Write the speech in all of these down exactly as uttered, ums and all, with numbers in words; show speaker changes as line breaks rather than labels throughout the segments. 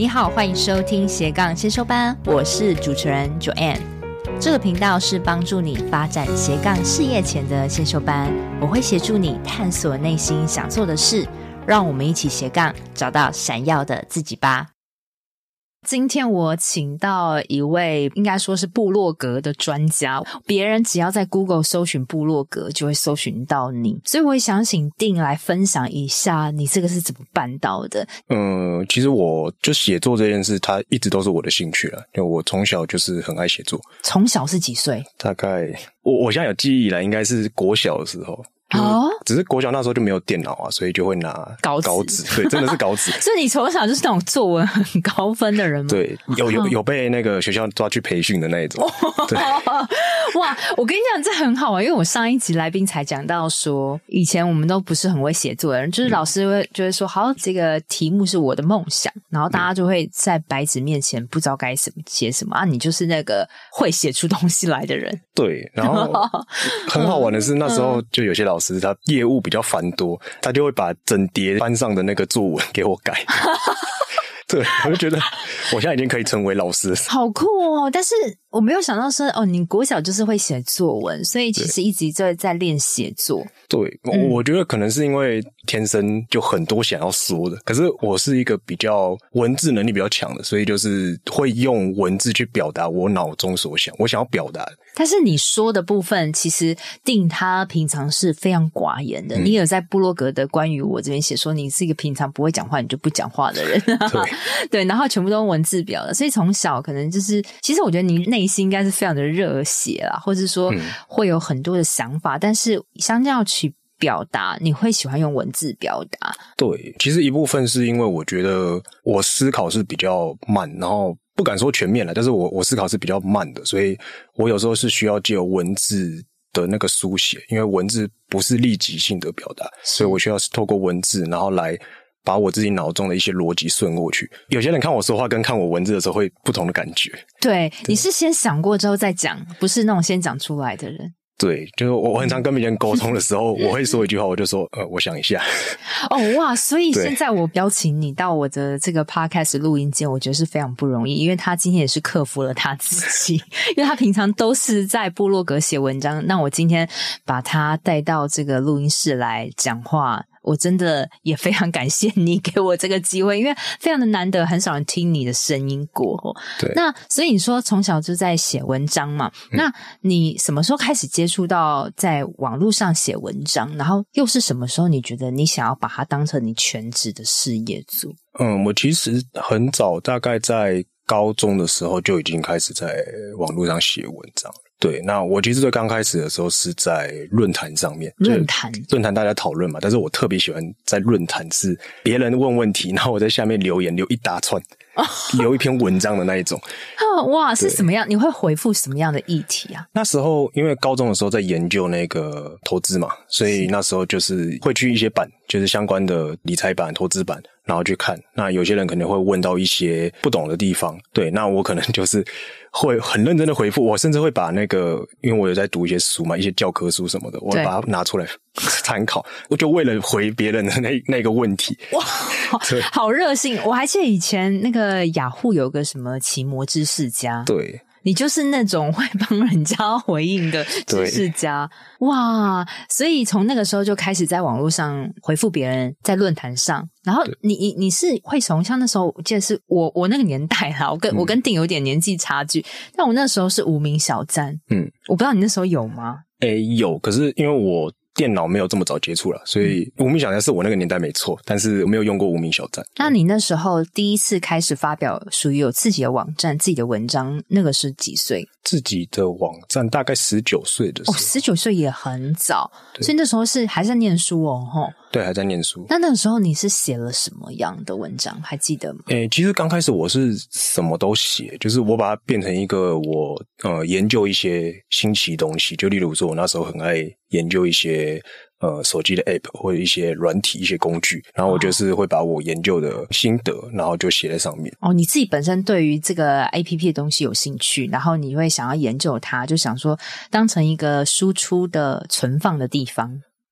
你好，欢迎收听斜杠先修班，我是主持人 Joanne。 这个频道是帮助你发展斜杠事业前的先修班，我会协助你探索内心想做的事，让我们一起斜杠找到闪耀的自己吧。今天我请到一位应该说是部落格的专家，别人只要在 Google 搜寻部落格就会搜寻到你，所以我也想请定来分享一下你这个是怎么办到的。
嗯，其实我就写作这件事它一直都是我的兴趣啦，因为我从小就是很爱写作。
从小是几岁？大
概我我现在有记忆以来应该是国小的时候。哦，只是国小那时候就没有电脑啊，所以就会拿稿纸，稿纸对，真的是稿纸。
所以你从小就是那种作文很高分的人吗？
对，有有有被那个学校抓去培训的那一种。对，
哇，我跟你讲，这很好啊，因为我上一集来宾才讲到说，以前我们都不是很会写作的人，就是老师会就会说，好，这个题目是我的梦想，然后大家就会在白纸面前不知道该什么写什么啊，你就是那个会写出东西来的人。
对，然后很好玩的是，那时候就有些老师。他业务比较繁多，他就会把整叠班上的那个作文给我改。对，我就觉得我现在已经可以成为老师了，
好酷哦！但是我没有想到说，哦，你国小就是会写作文，所以其实一直在在练写作。
对，嗯、我觉得可能是因为天生就很多想要说的，可是我是一个比较文字能力比较强的，所以就是会用文字去表达我脑中所想，我想要表达的。
但是你说的部分，其实定他平常是非常寡言的。嗯、你有在部落格的关于我这边写说，你是一个平常不会讲话，你就不讲话的人。
对
对，然后全部都用文字表的，所以从小可能就是，其实我觉得你内心应该是非常的热血啦，或者说会有很多的想法，嗯、但是相较去表达，你会喜欢用文字表达。
对，其实一部分是因为我觉得我思考是比较慢，然后不敢说全面啦，但是我我思考是比较慢的，所以我有时候是需要借由文字的那个书写，因为文字不是立即性的表达，所以我需要透过文字，然后来把我自己脑中的一些逻辑顺过去。有些人看我说话跟看我文字的时候会不同的感觉。
对，对，你是先想过之后再讲，不是那种先讲出来的人。
对，就是我很常跟别人沟通的时候，我会说一句话，我就说呃，我想一下。
哦哇，所以现在我邀请你到我的这个 podcast 录音间，我觉得是非常不容易，因为他今天也是克服了他自己，因为他平常都是在部落格写文章，那我今天把他带到这个录音室来讲话。我真的也非常感谢你给我这个机会，因为非常的难得，很少人听你的声音过。
对，
那所以你说从小就在写文章嘛、嗯、那你什么时候开始接触到在网络上写文章，然后又是什么时候你觉得你想要把它当成你全职的事业做？
嗯，我其实很早，大概在高中的时候就已经开始在网络上写文章。对，那我其实最刚开始的时候是在论坛上面，
论坛
论坛大家讨论嘛，但是我特别喜欢在论坛是别人问问题，然后我在下面留言，留一大串，哦、留一篇文章的那一种。
哦、哇，是什么样？你会回复什么样的议题啊？
那时候因为高中的时候在研究那个投资嘛，所以那时候就是会去一些版，就是相关的理财版、投资版，然后去看。那有些人可能会问到一些不懂的地方，对，那我可能就是会很认真的回复，我甚至会把那个，因为我有在读一些书嘛，一些教科书什么的，我会把它拿出来参考，我就为了回别人的那那个问题。
哇，好热心！我还记得以前那个雅虎有个什么奇摩知识家，
对。
你就是那种会帮人家回应的知识家。哇，所以从那个时候就开始在网络上回复别人，在论坛上，然后你你你是会从像那时候我记得是我我那个年代啦，我跟、嗯、我跟定有点年纪差距，但我那时候是无名小站。嗯，我不知道你那时候有吗？
诶，有，可是因为我电脑没有这么早接触了，所以无名小站是我那个年代没错，但是我没有用过无名小站。
那你那时候第一次开始发表属于有自己的网站、自己的文章，那个是几岁？
自己的网站大概十九岁的时候。
哦，十九岁也很早，所以那时候是还在念书哦，齁。
对，还在念书。
那那个时候你是写了什么样的文章？还记得吗？
诶，其实刚开始我是什么都写，就是我把它变成一个我呃研究一些新奇东西，就例如说我那时候很爱研究一些呃手机的 app 或者一些软体一些工具，然后我就是会把我研究的心得然后就写在上面。
哦，你自己本身对于这个 A P P 的东西有兴趣，然后你会想要研究它，就想说当成一个输出的存放的地方。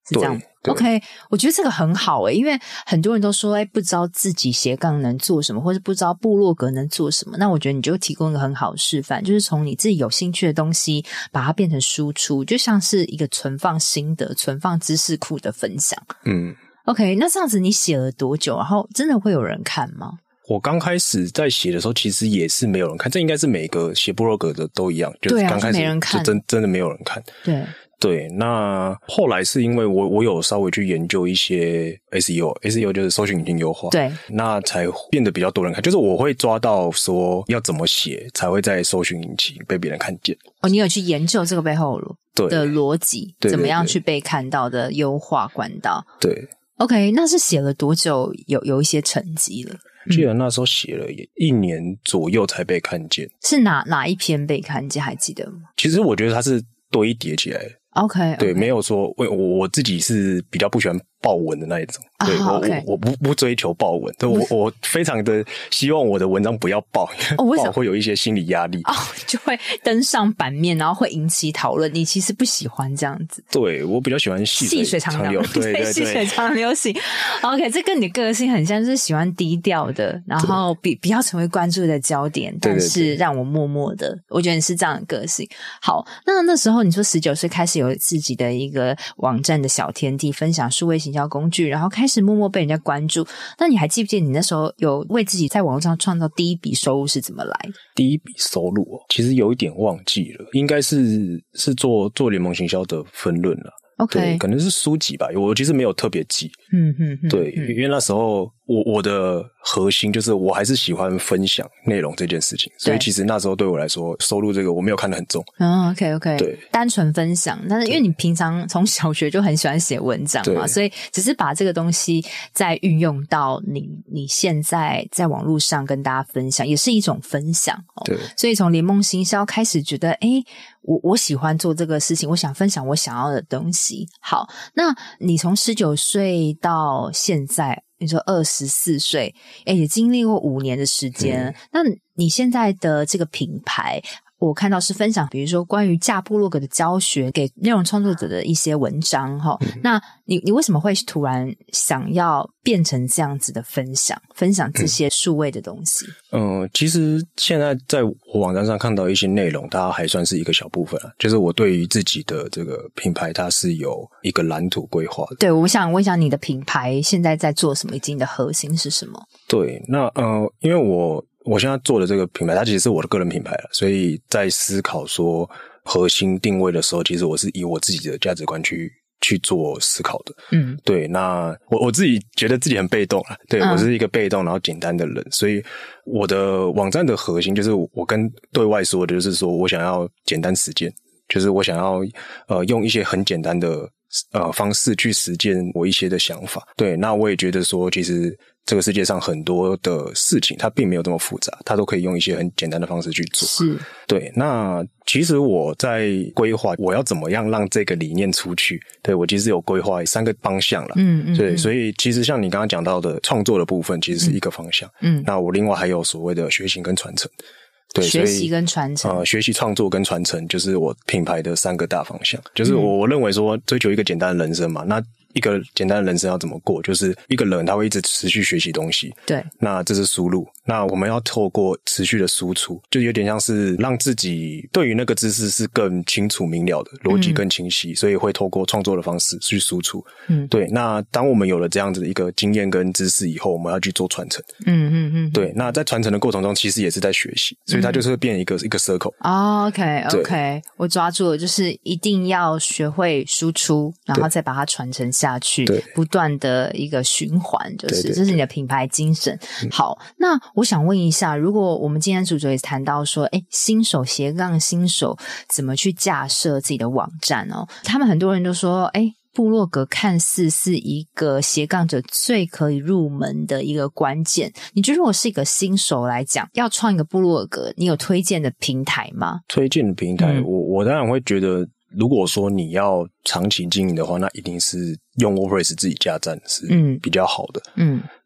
是这样。OK， 我觉得这个很好诶、欸，因为很多人都说，哎、欸，不知道自己斜杠能做什么，或是不知道部落格能做什么。那我觉得你就提供一个很好的示范，就是从你自己有兴趣的东西，把它变成输出，就像是一个存放心得、存放知识库的分享。嗯 ，OK， 那这样子你写了多久？然后真的会有人看吗？
我刚开始在写的时候，其实也是没有人看，这应该是每个写部落格的都一样，就是刚开始就真真的没有人看。
对。
对，那后来是因为我我有稍微去研究一些 S E O，S E O 就是搜寻引擎优化，
对，
那才变得比较多人看。就是我会抓到说要怎么写才会在搜寻引擎被别人看见。
哦，你有去研究这个背后的逻辑，
对，
怎么样去被看到的优化管道？
对
，OK， 那是写了多久有有一些成绩了？
记得那时候写了一年左右才被看见。
是哪哪一篇被看见？还记得吗？
其实我觉得它是堆叠起来的。
OK，
对， okay. 没有说我我自己是比较不喜欢爆文的那一种，对、
啊、
我、
okay.
我我不不追求爆文，对我我非常的希望我的文章不要爆，
哦、为
爆会有一些心理压力，
哦，就会登上版面，然后会引起讨论。你其实不喜欢这样子，
对我比较喜欢细
细水长流，
对对对，
细水长流型。OK， 这跟你的个性很像，就是喜欢低调的，然后比不要成为关注的焦点，但是让我默默的。我觉得你是这样的个性。好，那那时候你说十九岁开始有自己的一个网站的小天地，分享数位行销工具，然后开始默默被人家关注。那你还记不记得你那时候有为自己在网络上创造第一笔收入是怎么来的？
第一笔收入哦，其实有一点忘记了，应该是是做做联盟行销的分论了。
OK，
对，可能是书籍吧，我其实没有特别记。
嗯嗯嗯，
对，因为那时候我我的核心就是我还是喜欢分享内容这件事情，所以其实那时候对我来说，收入这个我没有看得很重。
哦 ，OK OK，
对，
单纯分享，但是因为你平常从小学就很喜欢写文章嘛，所以只是把这个东西再运用到你你现在在网络上跟大家分享，也是一种分享哦。
对，
所以从联盟行销开始觉得，诶，我我喜欢做这个事情，我想分享我想要的东西。好，那你从十九岁到现在，你说二十四岁，诶，也经历过五年的时间、嗯、那你现在的这个品牌，我看到是分享比如说关于架部落格的教学，给内容创作者的一些文章齁、嗯、那你你为什么会突然想要变成这样子的分享分享这些数位的东西？
嗯、呃，其实现在在我网站上看到一些内容，它还算是一个小部分啊，就是我对于自己的这个品牌它是有一个蓝图规划的。
对，我想问一下你的品牌现在在做什么，以及你的核心是什么？
对，那呃因为我我现在做的这个品牌它其实是我的个人品牌了，所以在思考说核心定位的时候，其实我是以我自己的价值观去去做思考的。嗯，对，那我我自己觉得自己很被动啊，对、嗯、我是一个被动然后简单的人，所以我的网站的核心就是我跟对外说的就是说我想要简单实践，就是我想要呃用一些很简单的呃方式去实践我一些的想法。对，那我也觉得说其实这个世界上很多的事情它并没有这么复杂，它都可以用一些很简单的方式去做。
是，
对，那其实我在规划我要怎么样让这个理念出去，对，我其实有规划三个方向啦。嗯嗯，对，所以其实像你刚刚讲到的创作的部分其实是一个方向。嗯，那我另外还有所谓的学习跟传承。对，
学习跟传承，
呃，学习创作跟传承就是我品牌的三个大方向。就是我我认为说追求一个简单的人生嘛，那一个简单的人生要怎么过，就是一个人他会一直持续学习东西，
对，
那这是输入，那我们要透过持续的输出，就有点像是让自己对于那个知识是更清楚明了的，逻辑更清晰、嗯、所以会透过创作的方式去输出。嗯，对，那当我们有了这样子的一个经验跟知识以后，我们要去做传承。嗯嗯嗯，对，那在传承的过程中其实也是在学习，所以它就是会变一个、嗯、一个 circle。
哦 OK OK， 我抓住了，就是一定要学会输出，然后再把它传承下去，对，不断的一个循环，就是对对对，这是你的品牌精神。嗯、好，那我想问一下，如果我们今天主角也谈到说，诶，新手斜杠新手怎么去架设自己的网站哦？他们很多人都说，诶，部落格看似是一个斜杠者最可以入门的一个关键。你觉得如果是一个新手来讲，要创一个部落格，你有推荐的平台吗？
推荐的平台，嗯、我我当然会觉得。如果说你要长期经营的话，那一定是用 WordPress 自己架站是比较好的。嗯，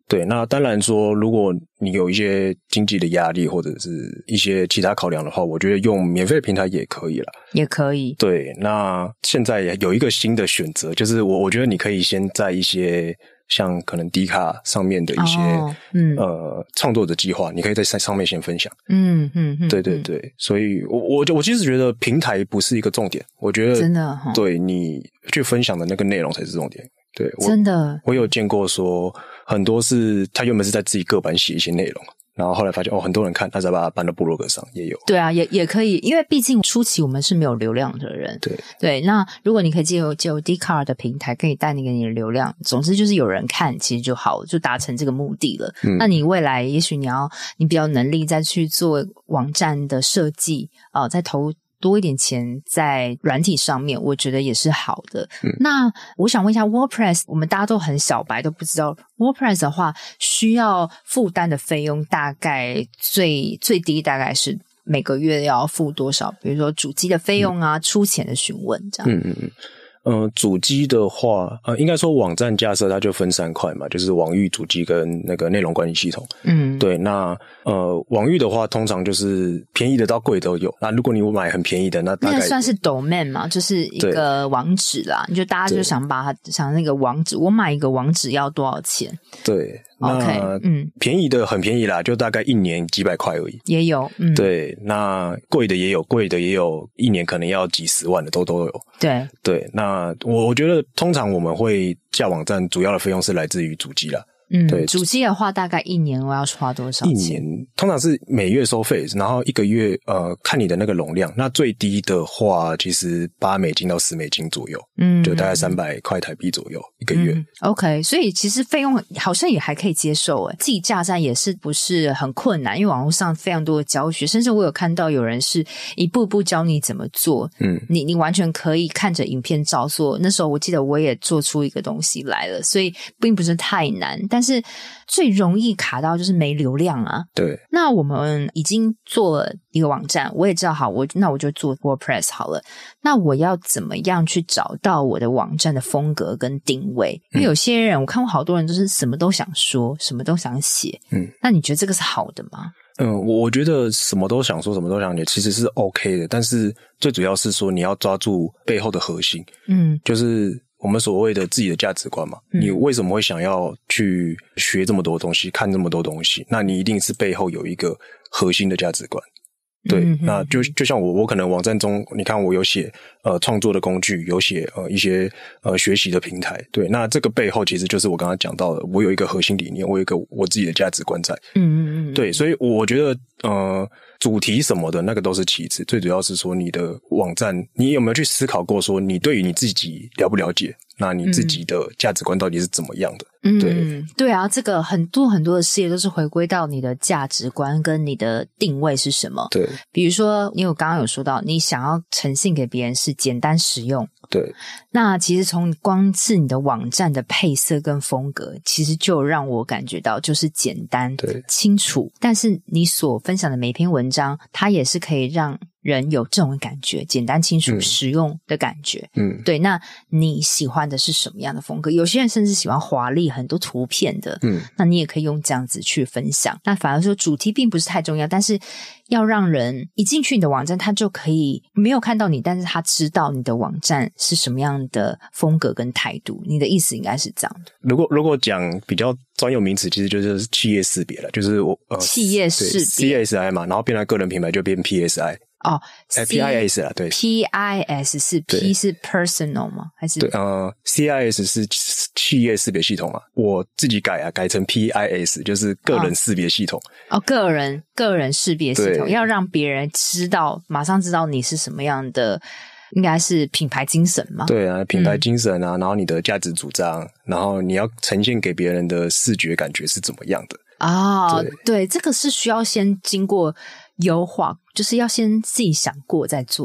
对，那当然说，如果你有一些经济的压力或者是一些其他考量的话，我觉得用免费的平台也可以啦，也
可以。
对，那现在有一个新的选择，就是我我觉得你可以先在一些像可能 D 卡上面的一些、哦嗯、呃创作者计划，你可以在上面先分享。嗯嗯嗯，对对对，嗯、所以我我我其实觉得平台不是一个重点，我觉得
真的、哦、
对你去分享的那个内容才是重点。对，我
真的，
我有见过说很多是他原本是在自己个版写一些内容，然后后来发现哦，很多人看，他再把它搬到部落格上，也有。
对啊，也也可以，因为毕竟初期我们是没有流量的人。对对，那如果你可以借由借由 Dcard 的平台，可以带你给你的流量，总之就是有人看，其实就好，就达成这个目的了。嗯，那你未来也许你要你比较能力再去做网站的设计啊、呃，再投多一点钱在软体上面，我觉得也是好的。嗯、那我想问一下 WordPress， 我们大家都很小白，都不知道 WordPress 的话需要负担的费用大概最最低大概是每个月要付多少？比如说主机的费用啊，嗯、出钱的询问这样。
嗯嗯嗯。呃，主机的话，呃，应该说网站架设它就分三块嘛，就是网域、主机跟那个内容管理系统。嗯，对。那呃，网域的话，通常就是便宜的到贵都有。那如果你买很便宜的，那大概
那算是 domain 嘛，就是一个网址啦。你就大家就想把它想那个网址，我买一个网址要多少钱？
对。那 okay, 嗯，便宜的很便宜啦，就大概一年几百块而已，
也有，嗯，
对。那贵的也有，贵的也有，一年可能要几十万的都都有，
对
对。那我我觉得通常我们会架网站，主要的费用是来自于主机啦。
嗯，对，主机的话大概一年我要花多少钱？
一年通常是每月收费，然后一个月呃看你的那个容量。那最低的话，其实八美金到十美金左右，嗯，就大概三百块台币左右一个月。嗯、
OK， 所以其实费用好像也还可以接受诶，自己架站也是不是很困难，因为网络上非常多的教学，甚至我有看到有人是一步步教你怎么做。嗯，你你完全可以看着影片照做。那时候我记得我也做出一个东西来了，所以并不是太难，但是最容易卡到就是没流量啊。
对，
那我们已经做了一个网站，我也知道好，我那我就做 WordPress 好了。那我要怎么样去找到我的网站的风格跟定位？因为有些人、嗯、我看过好多人就是什么都想说，什么都想写。嗯，那你觉得这个是好的吗？
嗯，我我觉得什么都想说，什么都想写，其实是 OK 的，但是最主要是说你要抓住背后的核心。嗯，就是我们所谓的自己的价值观嘛，嗯、你为什么会想要去学这么多东西，看这么多东西？那你一定是背后有一个核心的价值观。对，嗯、那就就像我，我可能网站中，你看我有写呃创作的工具，有写呃一些呃学习的平台。对，那这个背后其实就是我刚刚讲到的，我有一个核心理念，我有一个我自己的价值观在。嗯嗯嗯。对，所以我觉得呃主题什么的那个都是其次，最主要是说你的网站，你有没有去思考过说你对于你自己了不了解？那你自己的价值观到底是怎么样的？
嗯，对对啊，这个很多很多的事业都是回归到你的价值观跟你的定位是什么。
对，
比如说，因为我刚刚有说到，你想要呈现给别人是简单实用。
对，
那其实从光是你的网站的配色跟风格，其实就让我感觉到就是简单、
对
清楚。但是你所分享的每篇文章，它也是可以让人有这种感觉，简单清楚、嗯、实用的感觉。嗯，对。那你喜欢的是什么样的风格？有些人甚至喜欢华丽、很多图片的。嗯，那你也可以用这样子去分享。那反而说主题并不是太重要，但是要让人一进去你的网站，他就可以没有看到你，但是他知道你的网站是什么样的风格跟态度。你的意思应该是这样的。
如果如果讲比较专有名词，其实就是企业识别了，就是我呃
企业识别
C S I 嘛，然后变成个人品牌就变 P S I。
哦、
欸、，P I S 啦，对
，P I S 是 P 是 personal 吗？还是
对呃 ，C I S 是企业识别系统嘛？我自己改啊，改成 P I S， 就是个人识别系统。
哦，哦个人个人识别系统，要让别人知道，马上知道你是什么样的，应该是品牌精神嘛？
对啊，品牌精神啊，嗯、然后你的价值主张，然后你要呈现给别人的视觉感觉是怎么样的？
哦，对，对，这个是需要先经过优化，就是要先自己想过再做的。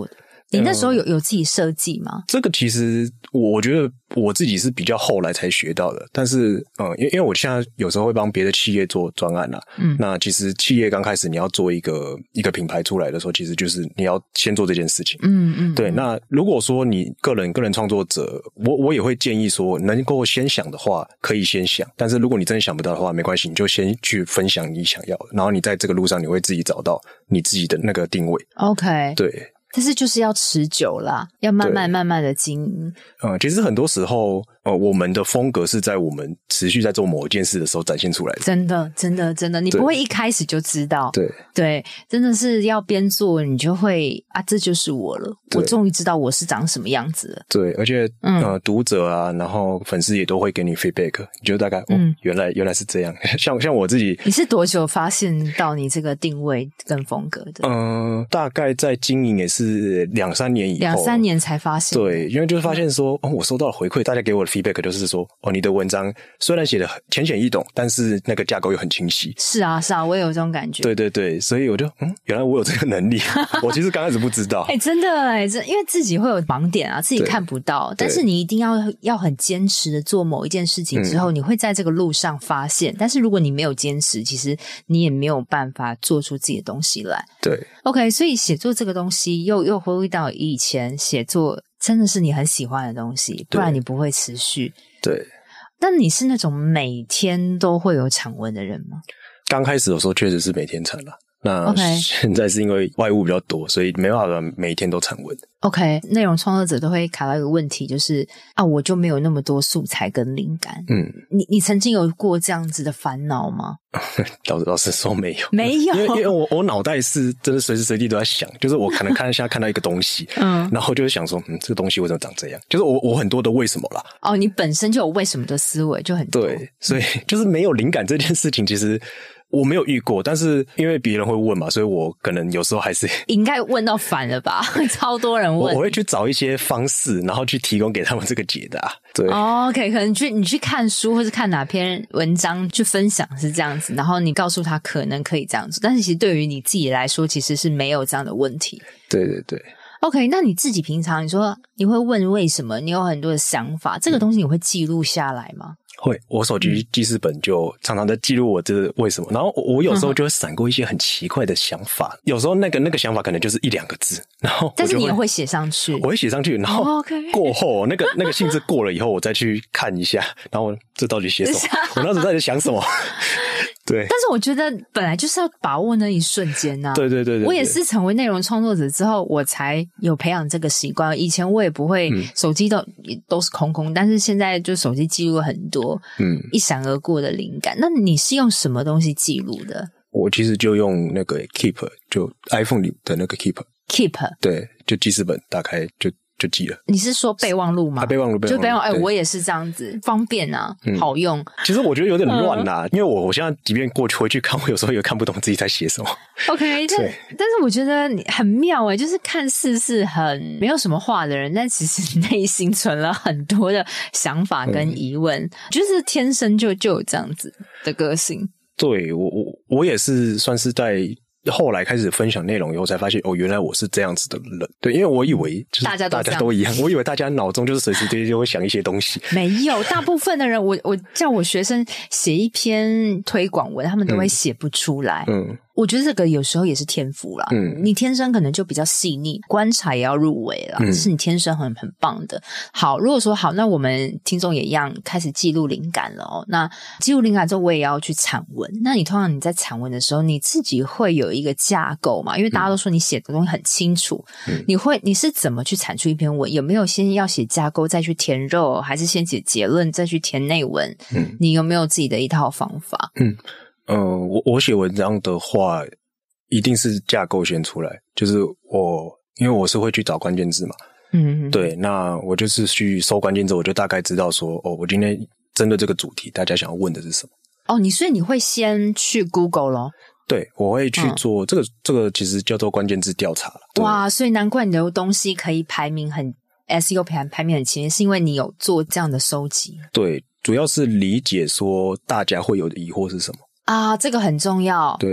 你那时候有有自己设计吗？
这个其实我觉得我自己是比较后来才学到的，但是嗯，因为因为我现在有时候会帮别的企业做专案啦，嗯，那其实企业刚开始你要做一个一个品牌出来的时候，其实就是你要先做这件事情，嗯嗯，对。那如果说你个人个人创作者，我我也会建议说，能够先想的话可以先想，但是如果你真的想不到的话，没关系，你就先去分享你想要的，然后你在这个路上你会自己找到你自己的那个定位。
OK，
对。
但是就是要持久啦，要慢慢慢慢的经营。
嗯，其实很多时候，呃，我们的风格是在我们持续在做某一件事的时候展现出来的。
真的，真的，真的，你不会一开始就知道。
对
对，真的是要边做，你就会啊，这就是我了。我终于知道我是长什么样子了。
对，而且、嗯、呃，读者啊，然后粉丝也都会给你 feedback， 你就大概嗯、哦，原来原来是这样。像像我自己，
你是多久发现到你这个定位跟风格的？
嗯、呃，大概在经营也是两三年以后，
两三年才发现。
对，因为就是发现说，哦，我收到了回馈，大家给我的 feedback 就是说，哦，你的文章虽然写的浅显易懂，但是那个架构又很清晰。
是啊，是啊，我也有这种感觉。
对对对，所以我就嗯，原来我有这个能力，我其实刚开始不知道。
哎、欸，真的哎、欸，因为自己会有盲点啊，自己看不到，但是你一定要要很坚持的做某一件事情之后、嗯，你会在这个路上发现。但是如果你没有坚持，其实你也没有办法做出自己的东西来。
对
，OK， 所以写作这个东西又又回归到以前写作真的是你很喜欢的东西，不然你不会持续。
对，
那你是那种每天都会有产文的人吗？
刚开始的时候确实是每天产啦。那现在是因为外务比较多，所以没办法每天都产文。
OK， 内容创作者都会卡到一个问题，就是啊，我就没有那么多素材跟灵感。嗯，你你曾经有过这样子的烦恼吗？
老老实说没有，
没有，
因为因为我我脑袋是真的随时随地都在想，就是我可能看一下看到一个东西，嗯，然后就会想说，嗯，这个东西为什么长这样？就是我我很多的为什么啦。
哦，你本身就有为什么的思维就很多，
对，所以就是没有灵感这件事情，其实我没有遇过，但是因为别人会问嘛，所以我可能有时候还是
应该问到烦了吧？超多人问
我，我会去找一些方式，然后去提供给他们这个解答。对、
哦、，OK， 可能去你去看书或是看哪篇文章去分享是这样子，然后你告诉他可能可以这样子，但是其实对于你自己来说，其实是没有这样的问题。
对对对。
OK， 那你自己平常你说你会问为什么，你有很多的想法，这个东西你会记录下来吗？
会，我手机记事本就常常在记录我这个为什么，然后我有时候就会闪过一些很奇怪的想法，嗯、有时候那个那个想法可能就是一两个字，然后
但是你也会写上去，
我会写上去，然后过后、oh, okay. 那个那个兴致过了以后，我再去看一下，然后这到底写什么？我那时候在想什么？对，
但是我觉得本来就是要把握那一瞬间啊。
对对 对, 对, 对，
我也是成为内容创作者之后，我才有培养这个习惯。以前我也不会，嗯、手机都都是空空，但是现在就手机记录很多，嗯，一闪而过的灵感。那你是用什么东西记录的？
我其实就用那个 Keep， 就 iPhone 里的那个 Keep。Keep， 对，就记事本打开就。就记了。
你是说备忘录吗？
啊，备忘录，备忘录，
就备忘。哎、欸，我也是这样子，方便啊，嗯、好用。
其实我觉得有点乱啦、嗯，因为我我现在即便过去回去看，我有时候也看不懂自己在写什么。
OK， 但但是我觉得你很妙哎、欸，就是看似是很没有什么话的人，但其实内心存了很多的想法跟疑问，嗯、就是天生就就有这样子的个性。
对，我我我也是算是在。后来开始分享内容以后才发现，哦，原来我是这样子的人。对，因为我以为就是大家都大家都一样，我以为大家脑中就是随时随地就会想一些东西。
没有，大部分的人，我我叫我学生写一篇推广文，他们都会写不出来。嗯。嗯，我觉得这个有时候也是天赋啦，嗯，你天生可能就比较细腻，观察也要入围啦，这、嗯、是你天生很很棒的。好，如果说好，那我们听众也一样开始记录灵感了哦。那记录灵感之后，我也要去产文。那你通常你在产文的时候，你自己会有一个架构嘛？因为大家都说你写的东西很清楚，嗯、你会你是怎么去产出一篇文？有没有先要写架构再去填肉，还是先写结论再去填内文？嗯，你有没有自己的一套方法？
嗯。呃，我我写文章的话，一定是架构先出来，就是我因为我是会去找关键字嘛，嗯，对，那我就是去搜关键字，我就大概知道说，哦，我今天针对这个主题，大家想要问的是什么。
哦，你所以你会先去 Google 咯？
对，我会去做、嗯、这个，这个其实叫做关键字调查了。
哇，所以难怪你的东西可以排名很 S E O 排排名很前面，是因为你有做这样的收集。
对，主要是理解说大家会有的疑惑是什么。
啊，这个很重要。
对，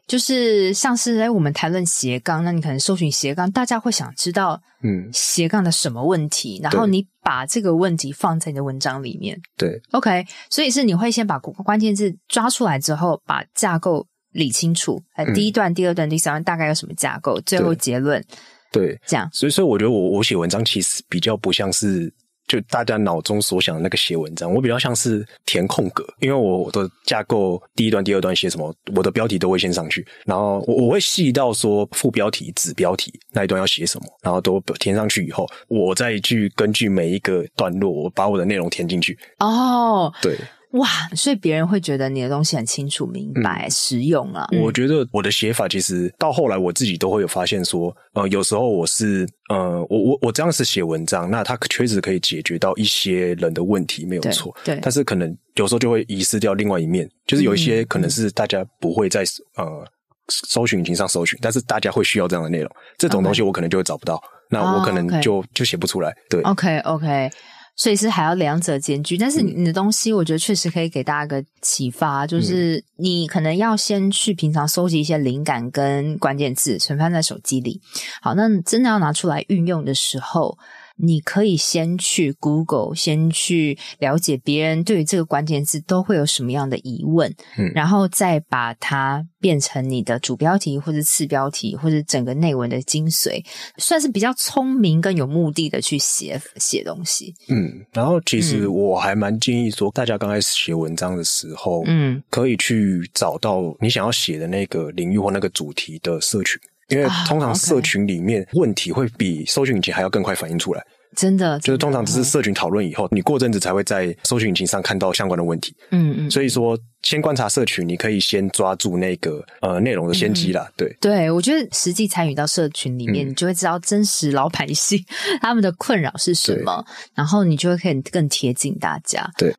就是像是哎，我们谈论斜杠，那你可能搜寻斜杠，大家会想知道嗯斜杠的什么问题，然后你把这个问题放在你的文章里面。
对
OK， 所以是你会先把关键字抓出来之后，把架构理清楚，嗯、第一段、第二段、第三段大概有什么架构，最后结论。
对，
这样。
所以，所以我觉得我我写文章其实比较不像是就大家脑中所想的那个写文章，我比较像是填空格，因为我的架构第一段、第二段写什么，我的标题都会先上去，然后我我会细到说副标题、子标题那一段要写什么，然后都填上去以后，我再去根据每一个段落，我把我的内容填进去。
哦，
对。
哇，所以别人会觉得你的东西很清楚明白、嗯、实用啊。
我觉得我的写法其实到后来我自己都会有发现说呃，有时候我是呃，我我我这样是写文章，那它确实可以解决到一些人的问题没有错，对，对，但是可能有时候就会遗失掉另外一面，就是有一些可能是大家不会在、嗯、呃搜寻引擎上搜寻，但是大家会需要这样的内容，这种东西我可能就会找不到、okay. 那我可能就、oh, okay. 就写不出来。对
OK OK，所以是还要两者兼具，但是你的东西我觉得确实可以给大家一个启发，就是你可能要先去平常收集一些灵感跟关键字存放在手机里，好，那真的要拿出来运用的时候，你可以先去 Google 先去了解别人对于这个关键字都会有什么样的疑问、嗯、然后再把它变成你的主标题或者次标题或者整个内文的精髓，算是比较聪明跟有目的的去写写东西。
嗯，然后其实我还蛮建议说大家刚开始写文章的时候嗯，可以去找到你想要写的那个领域或那个主题的社群，因为通常社群里面问题会比搜寻引擎还要更快反映出来，
真的，
就是通常只是社群讨论以后、嗯、你过阵子才会在搜寻引擎上看到相关的问题。嗯嗯，所以说先观察社群，你可以先抓住那个呃内容的先机啦。嗯、对
对，我觉得实际参与到社群里面、嗯、你就会知道真实老百姓他们的困扰是什么，然后你就会可以更贴近大家。
对。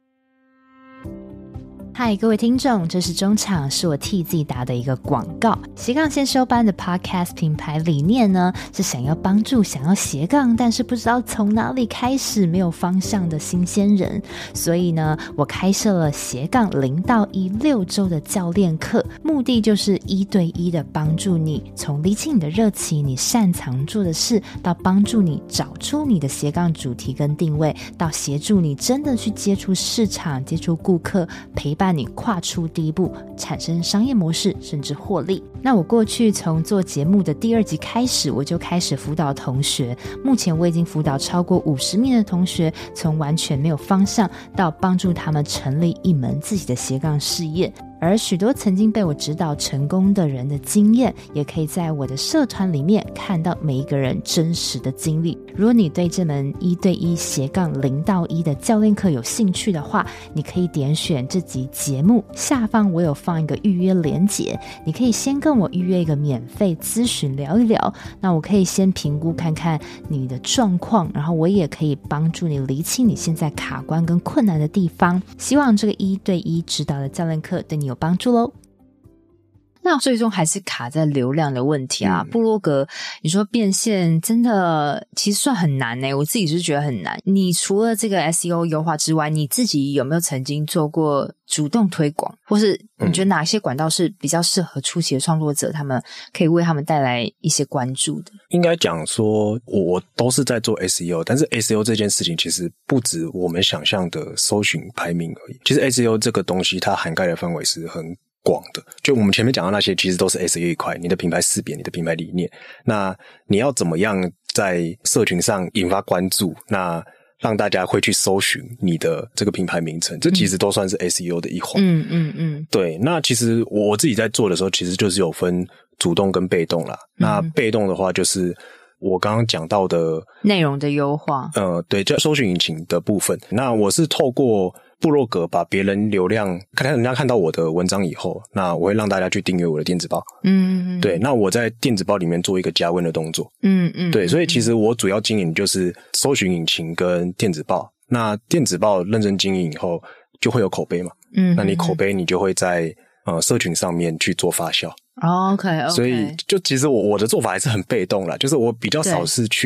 嗨，各位听众，这是中场，是我替自己打的一个广告。斜杠先修班的 Podcast 品牌理念呢，是想要帮助想要斜杠但是不知道从哪里开始没有方向的新鲜人，所以呢，我开设了斜杠零到一六周的教练课，目的就是一对一的帮助你从理清你的热情、你擅长做的事，到帮助你找出你的斜杠主题跟定位，到协助你真的去接触市场、接触顾客，陪伴你跨出第一步，产生商业模式，甚至获利。那我过去从做节目的第二集开始，我就开始辅导同学，目前我已经辅导超过五十名的同学，从完全没有方向到帮助他们成立一门自己的斜杠事业。而许多曾经被我指导成功的人的经验，也可以在我的社团里面看到每一个人真实的经历。如果你对这门一对一斜杠零到一的教练课有兴趣的话，你可以点选这集节目下方我有放一个预约连结，你可以先跟我预约一个免费咨询聊一聊，那我可以先评估看看你的状况，然后我也可以帮助你厘清你现在卡关跟困难的地方。希望这个一对一指导的教练课对你有帮助咯。那最终还是卡在流量的问题啊、嗯、部落格你说变现真的其实算很难耶、欸、我自己是觉得很难。你除了这个 S E O 优化之外，你自己有没有曾经做过主动推广，或是你觉得哪些管道是比较适合初期的创作者，他们可以为他们带来一些关注的？
应该讲说我都是在做 S E O， 但是 S E O 这件事情其实不止我们想象的搜寻排名而已，其实 S E O 这个东西它涵盖的范围是很广的，就我们前面讲到那些其实都是 S E O 一块，你的品牌识别、你的品牌理念，那你要怎么样在社群上引发关注，那让大家会去搜寻你的这个品牌名称，这其实都算是 S E O 的一环。嗯嗯嗯，对。那其实我自己在做的时候，其实就是有分主动跟被动啦。嗯、那被动的话，就是我刚刚讲到的
内容的优化，
呃，对，就搜寻引擎的部分。那我是透过部落格把别人流量看看人家看到我的文章以后，那我会让大家去订阅我的电子报。嗯嗯，对，那我在电子报里面做一个加温的动作。嗯嗯，对，所以其实我主要经营就是搜寻引擎跟电子报。那电子报认真经营以后，就会有口碑嘛。嗯，那你口碑你就会在呃社群上面去做发酵。
Oh, OK OK，
所以就其实我我的做法还是很被动啦，就是我比较少是去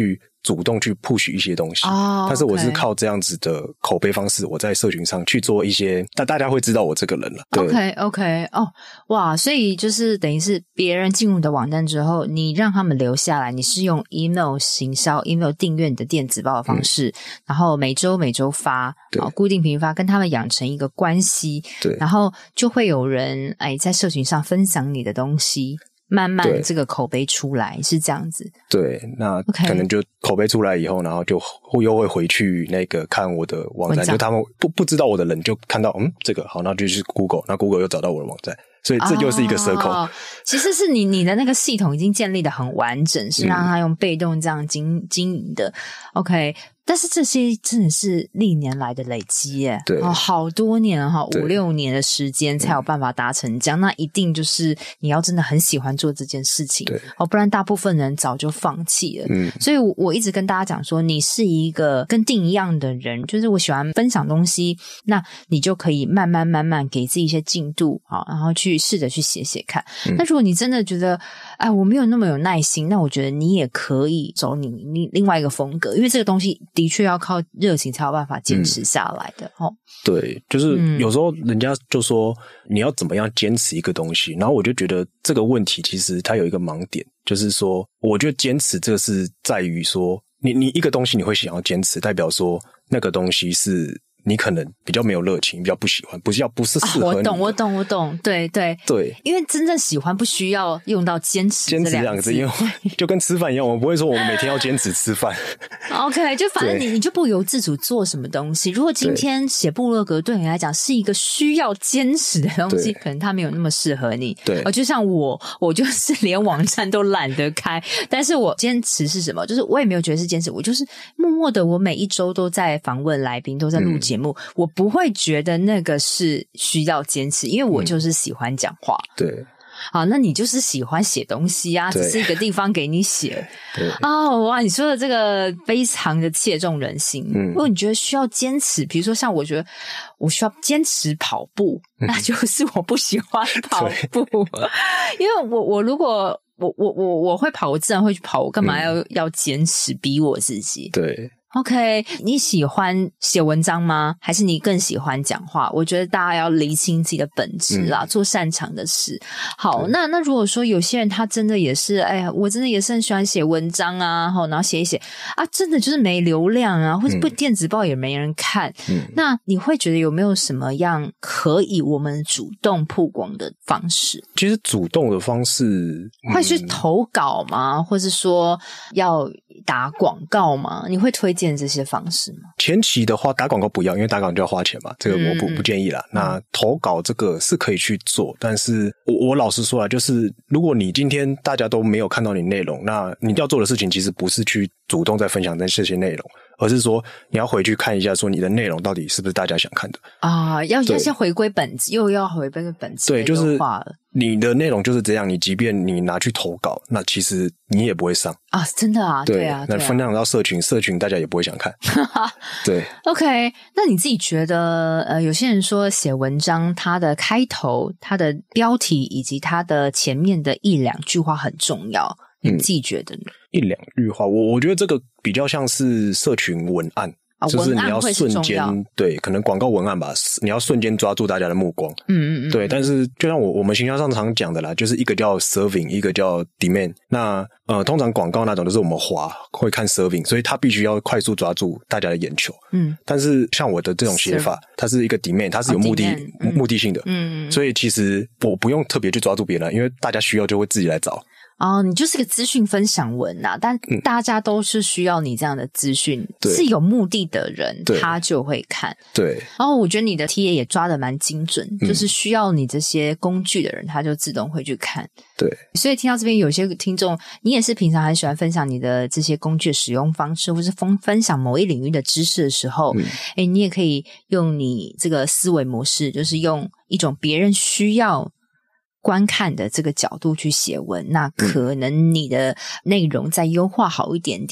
主动去 push 一些东西，
哦，
但是我是
OK
靠这样子的口碑方式，我在社群上去做一些，但大家会知道我这个人了。对
OK OK 哦，哇，所以就是等于是别人进入你的网站之后，你让他们留下来，你是用 email 行销 email 订阅你的电子报的方式，嗯、然后每周每周发，哦，固定频发，跟他们养成一个关系，
对，
然后就会有人哎在社群上分享你的东西。慢慢这个口碑出来是这样子，
对，那可能就口碑出来以后，然后就又会回去那个看我的网站，就他们不不知道我的人就看到嗯这个好，那就去 Google， 那 Google 又找到我的网站，所以这又是一个 circle。
哦、其实是你你的那个系统已经建立的很完整，是让他用被动这样经经营的。OK。但是这些真的是历年来的累积耶，
对，
哦，好多年哈，五六年的时间才有办法达成这样，嗯、那一定就是你要真的很喜欢做这件事情，
对，
哦，不然大部分人早就放弃了。
嗯，
所以我我一直跟大家讲说，你是一个跟定一样的人，就是我喜欢分享东西，那你就可以慢慢慢慢给自己一些进度啊，然后去试着去写写看。嗯、那如果你真的觉得，哎，我没有那么有耐心，那我觉得你也可以走你你另外一个风格，因为这个东西的确要靠热情才有办法坚持下来的、嗯、哦。
对，就是有时候人家就说你要怎么样坚持一个东西，然后我就觉得这个问题其实它有一个盲点，就是说我觉得坚持这个是在于说你你一个东西你会想要坚持，代表说那个东西是你可能比较没有热情，比较不喜欢，不是要不是适合你、啊、
我懂我懂我懂，对对
对，
因为真正喜欢不需要用到坚持
坚持这两个字，因为就跟吃饭一样，我不会说我们每天要坚持吃饭
OK， 就反正你你就不由自主做什么东西。如果今天写部落格对你来讲是一个需要坚持的东西，可能它没有那么适合你。
对，
就像我我就是连网站都懒得开，但是我坚持是什么，就是我也没有觉得是坚持，我就是默默的我每一周都在访问来宾，都在录节目、嗯、我不会觉得那个是需要坚持，因为我就是喜欢讲话、
嗯、对，
好，那你就是喜欢写东西啊，只是一个地方给你写。
对
啊、哦，哇，你说的这个非常的切中人心。嗯，如果你觉得需要坚持，比如说像我觉得我需要坚持跑步，嗯、那就是我不喜欢跑步，因为我我如果我我我我会跑，我自然会去跑，我干嘛要、嗯、要坚持逼我自己？
对。
OK， 你喜欢写文章吗？还是你更喜欢讲话？我觉得大家要厘清自己的本质啦、嗯，做擅长的事。好，那那如果说有些人他真的也是，哎呀，我真的也是很喜欢写文章啊，然后写一写啊，真的就是没流量啊，或者不电子报也没人看。嗯，那你会觉得有没有什么样可以我们主动曝光的方式？
其实主动的方式、嗯、
会去投稿吗？或是说要打广告吗？你会推荐这些方式吗？
前期的话打广告不要，因为打广告就要花钱嘛，这个我不、嗯、不建议啦。那投稿这个是可以去做，但是我我老实说啦，就是如果你今天大家都没有看到你内容，那你要做的事情其实不是去主动在分享这些内容，而是说你要回去看一下说你的内容到底是不是大家想看的啊，
要要先回归本质，又要回归本质，
对，就是你的内容就是这样，你即便你拿去投稿，那其实你也不会上
啊，真的啊，
对,
对啊，
那分享到社群，社群大家也不会想看。对
，OK， 那你自己觉得，呃，有些人说写文章，它的开头、它的标题以及它的前面的一两句话很重要，你自己觉得呢？
嗯、一两句话，我我觉得这个比较像是社群文案。就是你要瞬间对，可能广告文案吧，你要瞬间抓住大家的目光。嗯嗯嗯。对，但是就像我我们行销上常讲的啦，就是一个叫 serving， 一个叫 demand。那呃，通常广告那种都是我们滑会看 serving， 所以它必须要快速抓住大家的眼球。嗯。但是像我的这种写法，它是一个 demand， 它是有目的、哦嗯、目的性的。嗯嗯。所以其实我不用特别去抓住别人，因为大家需要就会自己来找。
哦，你就是个资讯分享文呐、啊，但大家都是需要你这样的资讯、嗯，是有目的的人他就会看。对，然后我觉得你的 T A 也抓得蛮精准、嗯，就是需要你这些工具的人，他就自动会去看。对，所以听到这边有些听众，你也是平常很喜欢分享你的这些工具的使用方式，或是分分享某一领域的知识的时候，嗯，诶，你也可以用你这个思维模式，就是用一种别人需要观看的这个角度去写文，那可能你的内容再优化好一点点，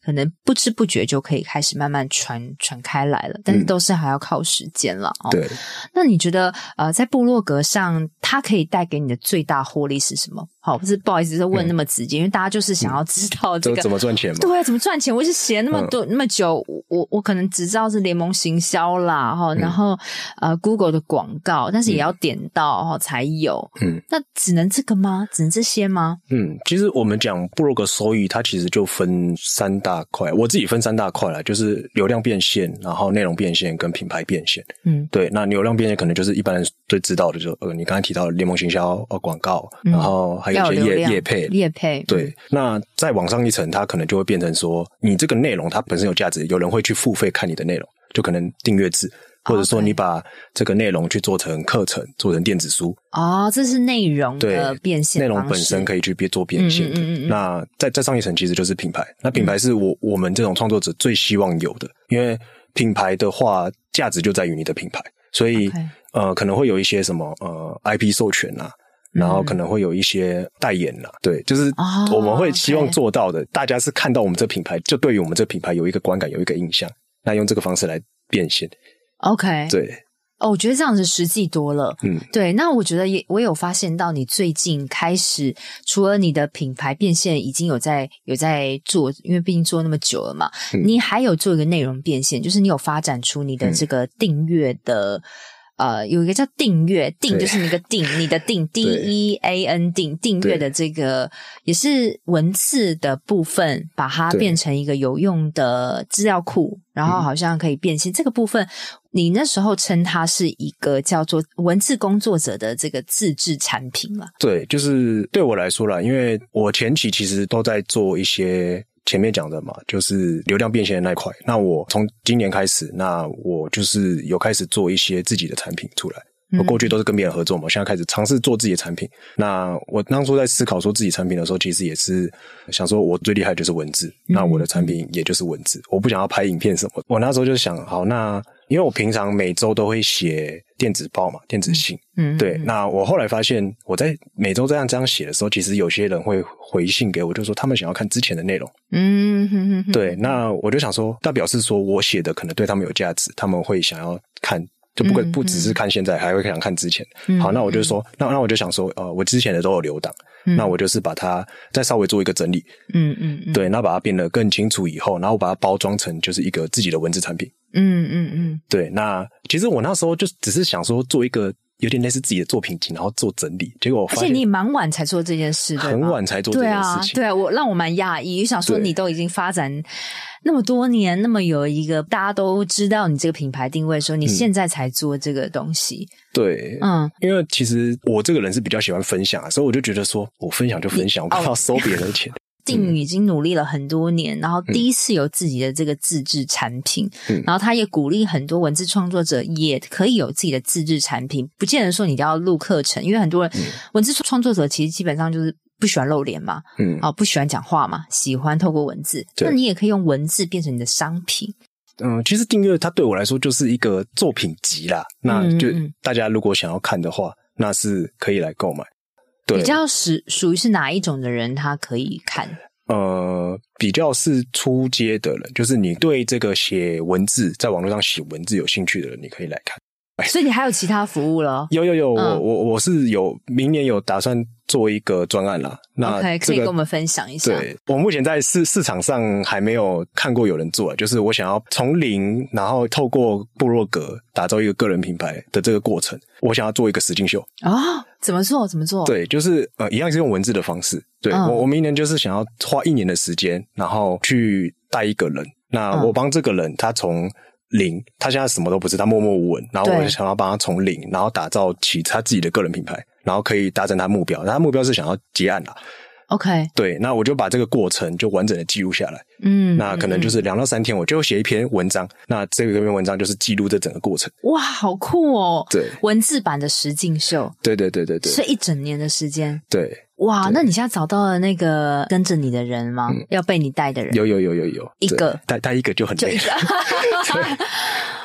可能不知不觉就可以开始慢慢传传开来了，但是都是还要靠时间了、嗯哦、
对。
那你觉得呃，在部落格上它可以带给你的最大获利是什么？好，不是不好意思就问那么直接、嗯、因为大家就是想要知道这个、嗯、
怎么赚钱嘛。
对，怎么赚钱。我是写那么多、嗯、那么久，我我可能只知道是联盟行销啦、嗯、然后呃 Google 的广告，但是也要点到、嗯、才有。嗯，那只能这个吗？只能这些吗？
嗯，其实我们讲部落格收益它其实就分三大块，我自己分三大块啦，就是流量变现，然后内容变现跟品牌变现。嗯，对，那流量变现可能就是一般人最知道的，就呃你刚才提到的联盟行销、呃广告、嗯、然后还有一些业业配
业配。
对、嗯、那再往上一层它可能就会变成说你这个内容它本身有价值，有人会去付费看你的内容，就可能订阅制，或者说你把这个内容去做成课程，做成电子书。
哦，这是内容的变现方式，
内容本身可以去做变现的。嗯嗯嗯嗯，那再再上一层其实就是品牌，那品牌是我、嗯、我们这种创作者最希望有的，因为品牌的话价值就在于你的品牌，所以、okay. 呃可能会有一些什么呃 I P 授权啊，然后可能会有一些代言啦、啊嗯、对，就是我们会希望做到的、哦 okay. 大家是看到我们这品牌就对于我们这品牌有一个观感，有一个印象，那用这个方式来变现。
OK，
对
哦，我觉得这样子实际多了。嗯，对。那我觉得也我有发现到你最近开始除了你的品牌变现已经有在有在做，因为毕竟做那么久了嘛、嗯、你还有做一个内容变现，就是你有发展出你的这个订阅的、嗯、呃有一个叫订阅，订就是那个订你的订 D E A N 订订阅的这个也是文字的部分，把它变成一个有用的资料库，然后好像可以变现、嗯、这个部分你那时候称它是一个叫做文字工作者的这个自制产品嘛？对，
就是对我来说啦，因为我前期其实都在做一些前面讲的嘛，就是流量变现的那一块。那我从今年开始，那我就是有开始做一些自己的产品出来。我过去都是跟别人合作嘛，现在开始尝试做自己的产品。那我当初在思考说自己产品的时候，其实也是想说我最厉害的就是文字、嗯、那我的产品也就是文字，我不想要拍影片什么。我那时候就想，好，那因为我平常每周都会写电子报嘛，电子信。嗯，对。那我后来发现我在每周这样这样写的时候，其实有些人会回信给我，就说他们想要看之前的内容。嗯哼哼哼，对。那我就想说，那表示说我写的可能对他们有价值，他们会想要看。就不会不只是看现在，还会想看之前。嗯、好，那我就说，那那我就想说，呃，我之前的都有留档、嗯，那我就是把它再稍微做一个整理。嗯嗯嗯，对，那把它变得更清楚以后，然后把它包装成就是一个自己的文字产品。嗯嗯嗯，对。那其实我那时候就只是想说做一个有点类似自己的作品集，然后做整理。结果我发现，
而且你蛮晚才做这件事，
很晚才做这件事情。
对啊，对啊，我让我蛮讶异，想说你都已经发展那么多年，那么有一个大家都知道你这个品牌定位的时候，你现在才做这个东西。
嗯、对，嗯，因为其实我这个人是比较喜欢分享，所以我就觉得说我分享就分享，我不要收别人的钱。
定宇已经努力了很多年，然后第一次有自己的这个自制产品、嗯、然后他也鼓励很多文字创作者也可以有自己的自制产品，不见得说你要录课程，因为很多人、嗯、文字创作者其实基本上就是不喜欢露脸嘛，嗯，啊，不喜欢讲话嘛，喜欢透过文字，那你也可以用文字变成你的商品。
嗯，其实订阅它对我来说就是一个作品集啦，那就大家如果想要看的话，那是可以来购买。对，
比较是属于是哪一种的人他可以看？
呃，比较是初阶的人，就是你对这个写文字，在网络上写文字有兴趣的人，你可以来看。
所以你还有其他服务了？
有有有，嗯、我我我是有明年有打算做一个专案啦。那、
OK， 可以跟我们分享一下。
对，我目前在市市场上还没有看过有人做，就是我想要从零，然后透过部落格打造一个个人品牌的这个过程，我想要做一个实境秀。
哦，怎么做？怎么做？
对，就是呃，一样是用文字的方式。对、嗯、我我明年就是想要花一年的时间，然后去带一个人。那我帮这个人，他从零，他现在什么都不是，他默默无闻，然后我就想要帮他从零，然后打造起他自己的个人品牌，然后可以达成他目标。他目标是想要接案啦。
OK，
对，那我就把这个过程就完整的记录下来。嗯，那可能就是两到三天，我就写一篇文章。那这篇文章就是记录这整个过程。
哇，好酷哦！
对，
文字版的实境秀。
对对对对对，
是一整年的时间。
对。
哇，那你现在找到了那个跟着你的人吗？嗯、要被你带的人？
有有有有有，
一个
带带一个就很累，
就一个。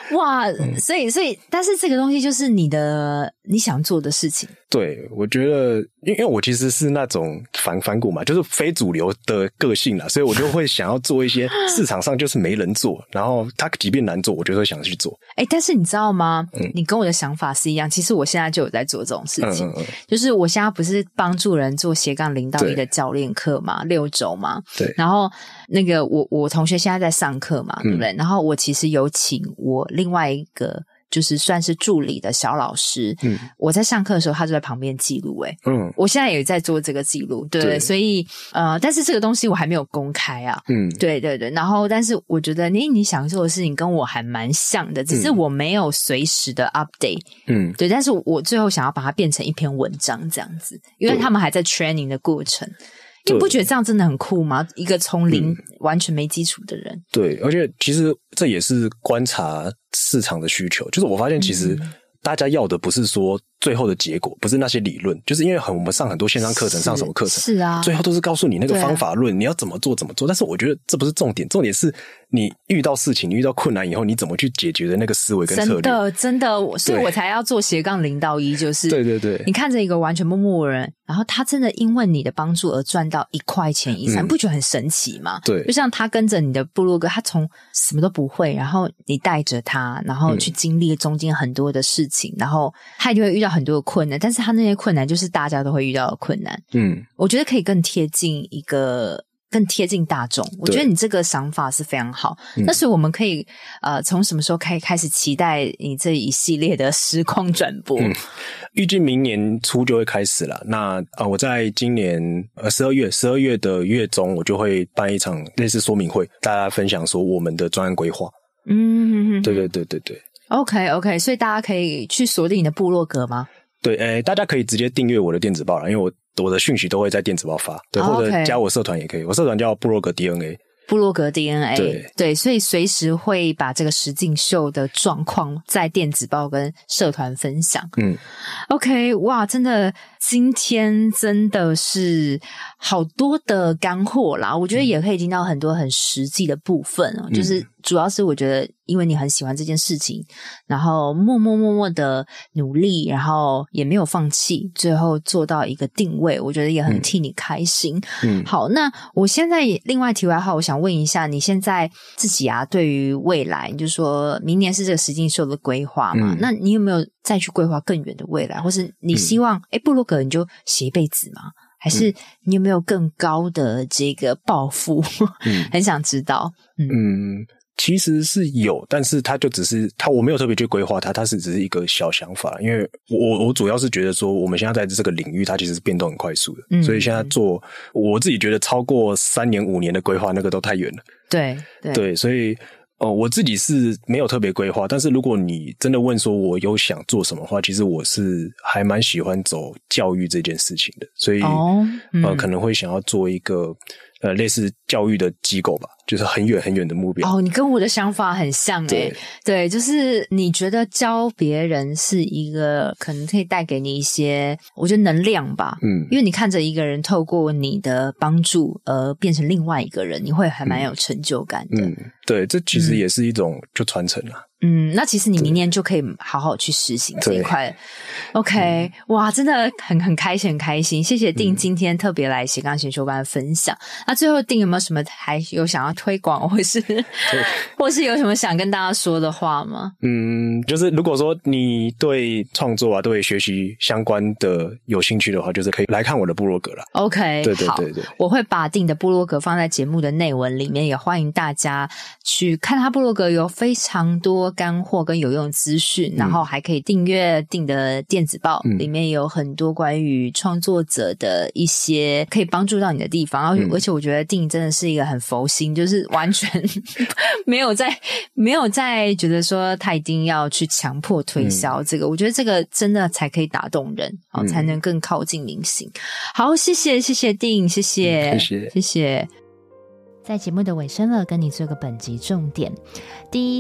哇、嗯、所以所以但是这个东西就是你的你想做的事情。
对，我觉得因为我其实是那种反反骨嘛，就是非主流的个性啦，所以我就会想要做一些市场上就是没人做，然后他即便难做我就会想去做。
诶、欸、但是你知道吗、嗯、你跟我的想法是一样，其实我现在就有在做这种事情。嗯嗯嗯，就是我现在不是帮助人做斜杠零到一的教练课嘛，六周嘛，
对，
然后那个我我同学现在在上课嘛，对不对、嗯、然后我其实有请我另外一个就是算是助理的小老师，嗯，我在上课的时候他就在旁边记录，诶嗯，我现在也在做这个记录，对，对，所以呃但是这个东西我还没有公开啊，嗯，对对对，然后但是我觉得你你想做的事情跟我还蛮像的，只是我没有随时的 update， 嗯，对，但是我最后想要把它变成一篇文章这样子，因为他们还在 training 的过程。你不觉得这样真的很酷吗？一个从零、嗯、完全没基础的人。
对，而且其实这也是观察市场的需求，就是我发现其实大家要的不是说最后的结果，不是那些理论，就是因为很我们上很多线上课程，上什么课程
是啊，
最后都是告诉你那个方法论、啊、你要怎么做怎么做，但是我觉得这不是重点，重点是你遇到事情你遇到困难以后你怎么去解决的那个思维跟策略。
真的真的，所以我才要做斜杠零到一，就是
对对对，
你看着一个完全默默的人，然后他真的因为你的帮助而赚到一块钱以上、嗯、不觉得很神奇吗？
对，
就像他跟着你的部落格，他从什么都不会，然后你带着他，然后去经历中间很多的事情、嗯、然后他就会遇到很多的困难，但是他那些困难就是大家都会遇到的困难。嗯，我觉得可以更贴近一个更贴近大众，我觉得你这个想法是非常好。那所以我们可以呃从什么时候开开始期待你这一系列的实况转播？嗯，
预计明年初就会开始了。那呃我在今年呃十二月十二月的月中，我就会办一场类似说明会，大家分享说我们的专案规划。嗯，对对对对对。
OK OK， 所以大家可以去锁定你的部落格吗？
对，诶，大家可以直接订阅我的电子报啦，因为我我的讯息都会在电子报发，对，
oh, okay.
或者加我社团也可以，我社团叫部落格 D N A。
部落格 D N A，
对
对，所以随时会把这个实境秀的状况在电子报跟社团分享。嗯 ，OK， 哇，真的，今天真的是好多的干货啦，我觉得也可以听到很多很实际的部分哦，嗯、就是主要是我觉得因为你很喜欢这件事情，然后默默默默的努力，然后也没有放弃，最后做到一个定位，我觉得也很替你开心。嗯，好，那我现在另外题外话，我想问一下，你现在自己啊，对于未来，你就说明年是这个实境秀的规划嘛、嗯？那你有没有再去规划更远的未来，或是你希望哎、嗯，部落格你就写一辈子吗？还是你有没有更高的这个抱负？嗯、很想知道。嗯。
嗯，其实是有，但是它就只是它，我没有特别去规划它，它是只是一个小想法。因为我我主要是觉得说，我们现在在这个领域，它其实是变动很快速的，嗯、所以现在做我自己觉得超过三年五年的规划，那个都太远了。
对对
对，所以呃，我自己是没有特别规划，但是如果你真的问说我有想做什么的话，其实我是还蛮喜欢走教育这件事情的，所以、哦嗯、呃，可能会想要做一个呃类似教育的机构吧。就是很远很远的目标。
哦，你跟我的想法很像诶、欸。对，就是你觉得教别人是一个可能可以带给你一些我觉得能量吧。嗯，因为你看着一个人透过你的帮助而变成另外一个人，你会还蛮有成就感的。
嗯，对，这其实也是一种就传承啦。
嗯，那其实你明年就可以好好去实行这一块。OK，、嗯、哇，真的很很开心很开心，谢谢定今天特别来斜杠先修班分享。那最后定有没有什么还有想要推广，或是或是有什么想跟大家说的话吗？
嗯，就是如果说你对创作啊、对学习相关的有兴趣的话，就是可以来看我的部落格啦。
OK，
对对对对，
我会把定的部落格放在节目的内文里面，也欢迎大家去看他部落格，有非常多干货跟有用的资讯、嗯、然后还可以订阅定的电子报、嗯、里面有很多关于创作者的一些可以帮助到你的地方、嗯、而且我觉得定真的是一个很佛心，就是完全没有在没有在觉得说他一定要去强迫推销这个、嗯、我觉得这个真的才可以打动人、嗯、才能更靠近民心。好，谢谢谢谢定，谢谢、
嗯、谢谢
谢谢。在节目的尾声了，跟你做个本集重点。第一，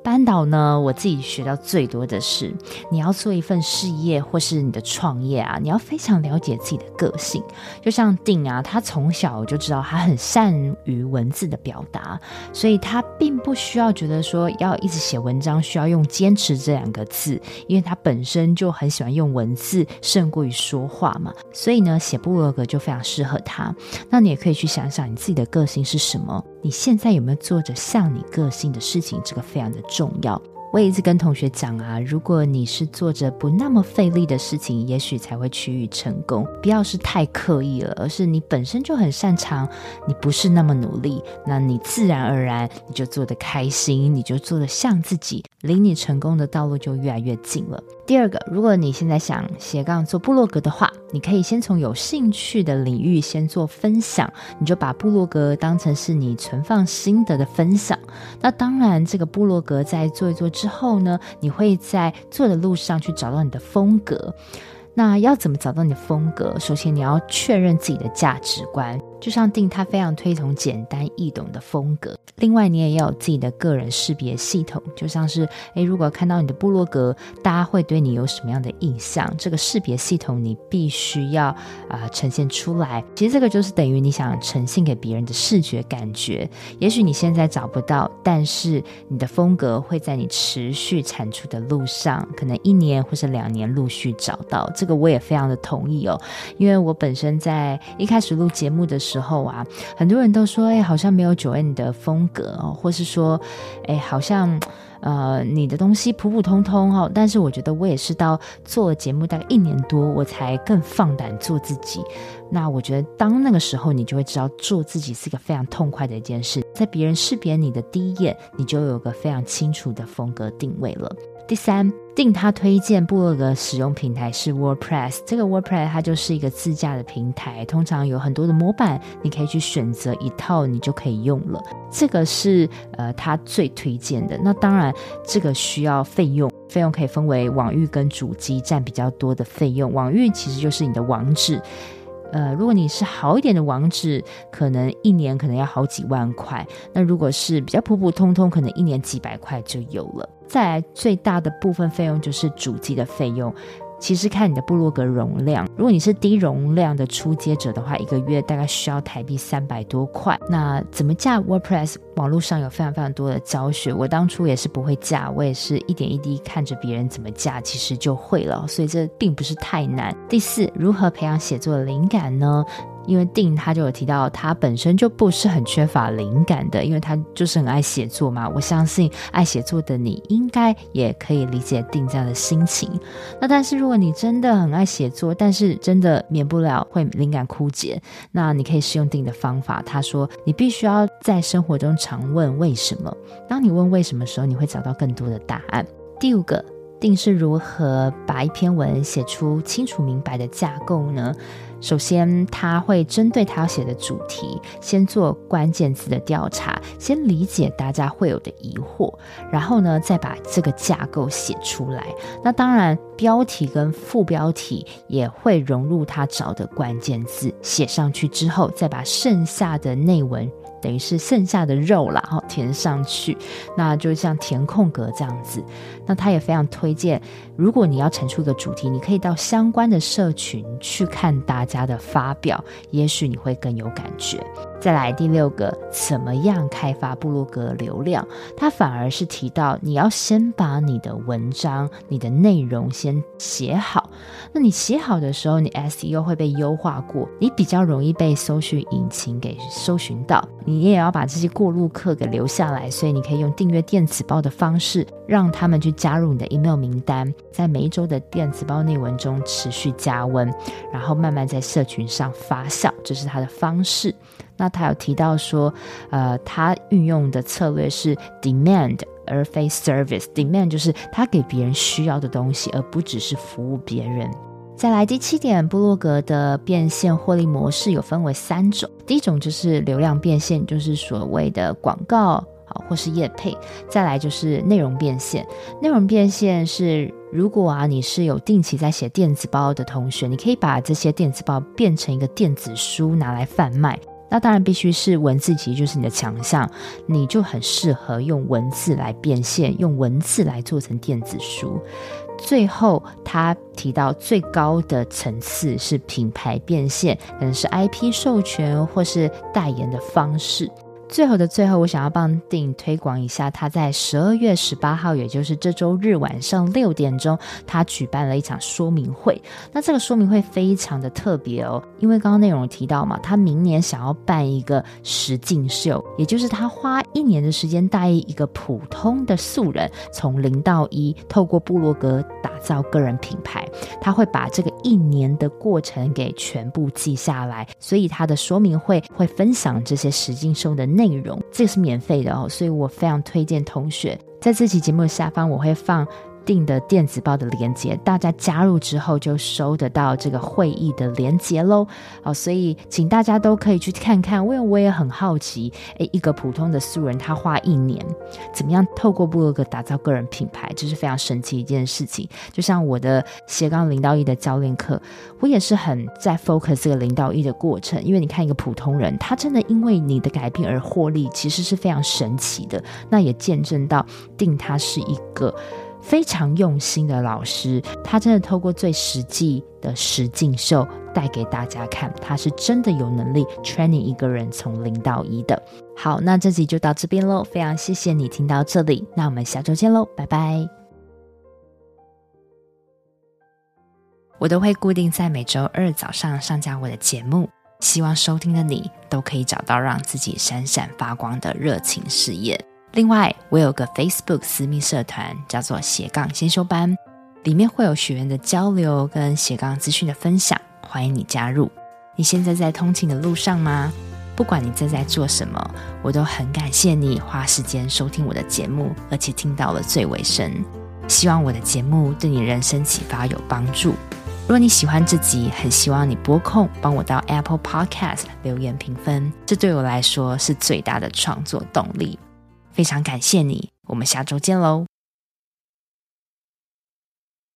班导呢，我自己学到最多的是，你要做一份事业或是你的创业啊，你要非常了解自己的个性。就像定啊，他从小就知道他很善于文字的表达，所以他并不需要觉得说要一直写文章需要用坚持这两个字，因为他本身就很喜欢用文字胜过于说话嘛，所以呢，写部落格就非常适合他。那你也可以去想想你自己的个性是什么，你现在有没有做着像你个性的事情，这个非常的重要。我也一直跟同学讲啊，如果你是做着不那么费力的事情，也许才会趋于成功。不要是太刻意了，而是你本身就很擅长，你不是那么努力，那你自然而然你就做得开心，你就做得像自己，离你成功的道路就越来越近了。第二个，如果你现在想斜杠做部落格的话，你可以先从有兴趣的领域先做分享，你就把部落格当成是你存放心得的分享。那当然这个部落格在做一做之后呢，你会在做的路上去找到你的风格。那要怎么找到你的风格？首先你要确认自己的价值观，就像定他非常推崇简单易懂的风格。另外你也要有自己的个人识别系统，就像是诶如果看到你的部落格，大家会对你有什么样的印象，这个识别系统你必须要、呃、呈现出来。其实这个就是等于你想呈现给别人的视觉感觉。也许你现在找不到，但是你的风格会在你持续产出的路上，可能一年或是两年陆续找到。这个我也非常的同意哦，因为我本身在一开始录节目的时候啊，很多人都说哎，好像没有 Joanne 的风格哦，或是说哎，好像呃，你的东西普普通通哦。但是我觉得我也是到做了节目大概一年多，我才更放胆做自己。那我觉得当那个时候，你就会知道做自己是一个非常痛快的一件事，在别人识别你的第一眼，你就有个非常清楚的风格定位了。第三，定他推荐部落格使用平台是 WordPress。 这个 WordPress 它就是一个自架的平台，通常有很多的模板，你可以去选择一套，你就可以用了。这个是呃他最推荐的。那当然这个需要费用，费用可以分为网域跟主机，占比较多的费用。网域其实就是你的网址，呃，如果你是好一点的网址，可能一年可能要好几万块，那如果是比较普普通通，可能一年几百块就有了。再来最大的部分费用就是主机的费用，其实看你的部落格容量，如果你是低容量的初阶者的话，一个月大概需要台币三百多块。那怎么架 WordPress， 网络上有非常非常多的教学，我当初也是不会架，我也是一点一滴看着别人怎么架，其实就会了，所以这并不是太难。第四，如何培养写作的灵感呢？因为定他就有提到他本身就不是很缺乏灵感的，因为他就是很爱写作嘛，我相信爱写作的你应该也可以理解定这样的心情。那但是如果你真的很爱写作，但是真的免不了会灵感枯竭，那你可以使用定的方法。他说你必须要在生活中常问为什么，当你问为什么的时候，你会找到更多的答案。第五个，定是如何把一篇文写出清楚明白的架构呢？首先他会针对他要写的主题先做关键字的调查，先理解大家会有的疑惑，然后呢再把这个架构写出来。那当然标题跟副标题也会融入他找的关键字，写上去之后再把剩下的内文等于是剩下的肉啦填上去，那就像填空格这样子。那他也非常推荐，如果你要产出一个主题，你可以到相关的社群去看大家的发表，也许你会更有感觉。再来第六个，怎么样开发部落格流量？他反而是提到你要先把你的文章你的内容先写好，那你写好的时候，你 S E O 会被优化过，你比较容易被搜寻引擎给搜寻到，你也要把这些过路客给留下来，所以你可以用订阅电子报的方式让他们去加入你的 email 名单，在每一周的电子报内文中持续加温，然后慢慢在社群上发酵，这是他的方式。那他有提到说呃，他运用的策略是 demand 而非 service。 demand 就是他给别人需要的东西，而不只是服务别人。再来第七点，部落格的变现获利模式有分为三种。第一种就是流量变现，就是所谓的广告或是业配。再来就是内容变现，内容变现是如果啊你是有定期在写电子报的同学，你可以把这些电子报变成一个电子书拿来贩卖， 那当然必须是文字，其实就是你的强项，你就很适合用文字来变现，用文字来做成电子书。最后他提到最高的层次是品牌变现，可能是 I P 授权或是代言的方式。最后的最后，我想要帮定推广一下，他在十二月十八号，也就是这周日晚上六点钟，他举办了一场说明会。那这个说明会非常的特别哦，因为刚刚内容提到嘛，他明年想要办一个实境秀，也就是他花一年的时间带一个普通的素人，从零到一，透过部落格打造个人品牌。他会把这个一年的过程给全部记下来，所以他的说明会会分享这些实境秀的内容，这个是免费的哦，所以我非常推荐同学在这期节目的下方，我会放定的电子报的连结，大家加入之后就收得到这个会议的连结咯、哦、所以请大家都可以去看看，因为我也很好奇诶一个普通的素人他花一年怎么样透过部落格打造个人品牌，这是非常神奇一件事情。就像我的斜杠零到一的教练课，我也是很在 focus 这个零到一的过程，因为你看一个普通人他真的因为你的改变而获利，其实是非常神奇的。那也见证到定他是一个非常用心的老师，他真的透过最实际的实境秀带给大家看，他是真的有能力 training 一个人从零到一的。好，那这集就到这边咯，非常谢谢你听到这里，那我们下周见咯，拜拜。我都会固定在每周二早上上架我的节目，希望收听的你都可以找到让自己闪闪发光的热情事业。另外我有个 Facebook 私密社团叫做斜杠先修班，里面会有学员的交流跟斜杠资讯的分享，欢迎你加入。你现在在通勤的路上吗？不管你正在做什么，我都很感谢你花时间收听我的节目，而且听到了最尾声。希望我的节目对你人生启发有帮助。如果你喜欢这集，很希望你拨空帮我到 Apple Podcast 留言评分，这对我来说是最大的创作动力。非常感谢你，我们下周见喽。